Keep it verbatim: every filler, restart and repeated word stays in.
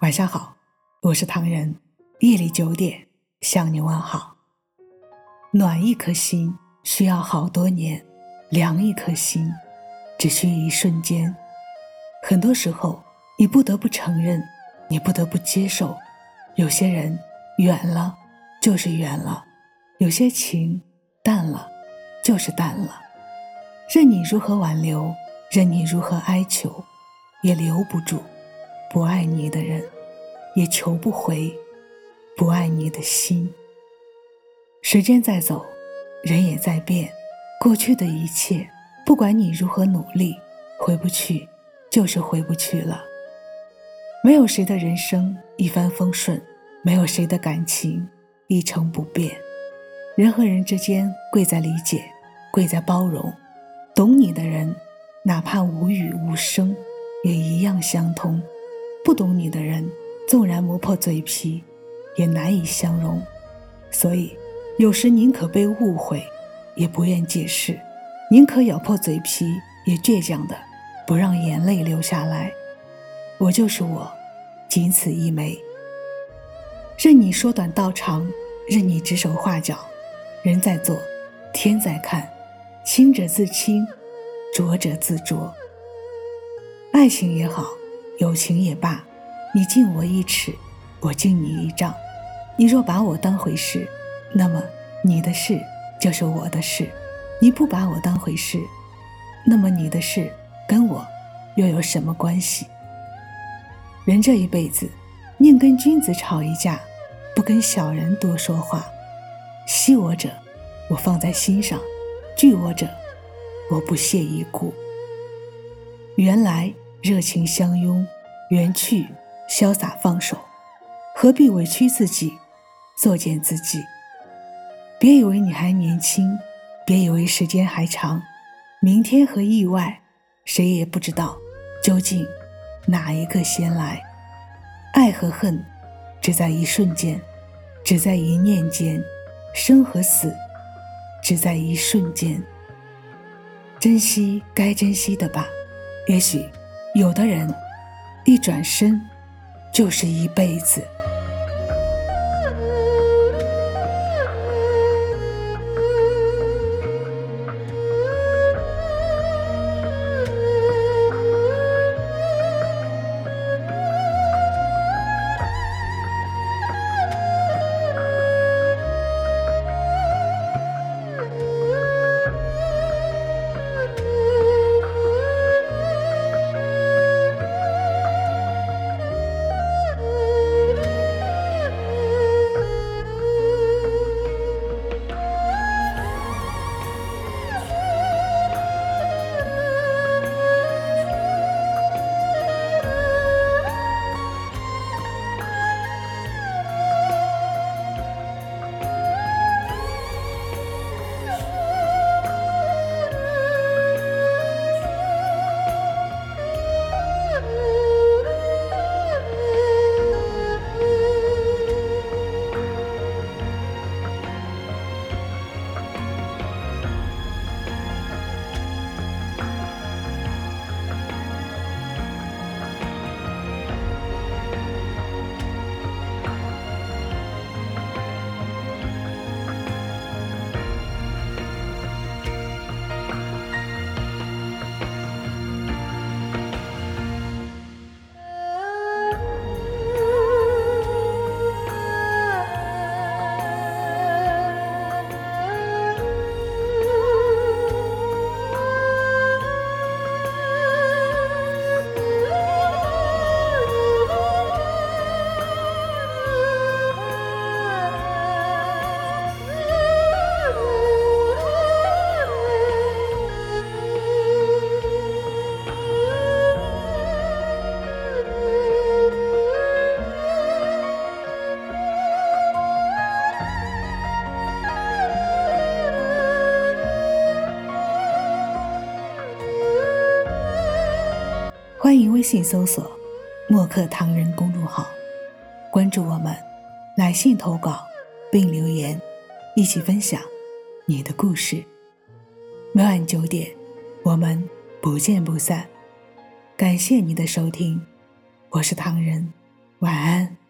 晚上好，我是唐人，夜里九点向你问好。暖一颗心需要好多年，凉一颗心只需一瞬间。很多时候你不得不承认，你不得不接受，有些人远了就是远了，有些情淡了就是淡了。任你如何挽留，任你如何哀求，也留不住不爱你的人，也求不回不爱你的心。时间在走，人也在变，过去的一切不管你如何努力，回不去就是回不去了。没有谁的人生一帆风顺，没有谁的感情一成不变。人和人之间贵在理解，贵在包容。懂你的人哪怕无语无声也一样相通，不懂你的人纵然磨破嘴皮也难以相容。所以有时宁可被误会也不愿解释，宁可咬破嘴皮也倔强的不让眼泪流下来。我就是我，仅此一枚。任你说短道长，任你指手画脚，人在做天在看，清者自清，浊者自浊。爱情也好，友情也罢，你敬我一尺，我敬你一丈。你若把我当回事，那么你的事就是我的事；你不把我当回事，那么你的事跟我又有什么关系？人这一辈子，宁跟君子吵一架，不跟小人多说话。惜我者，我放在心上；惧我者，我不屑一顾。缘来热情相拥，缘去潇洒放手。何必委屈自己，作践自己？别以为你还年轻，别以为时间还长，明天和意外，谁也不知道究竟哪一个先来。爱和恨只在一瞬间，只在一念间，生和死只在一瞬间。珍惜该珍惜的吧，也许有的人一转身就是一辈子。欢迎微信搜索墨客唐人公众号，关注我们，来信投稿并留言，一起分享你的故事。每晚九点，我们不见不散。感谢你的收听，我是唐人， 晚安。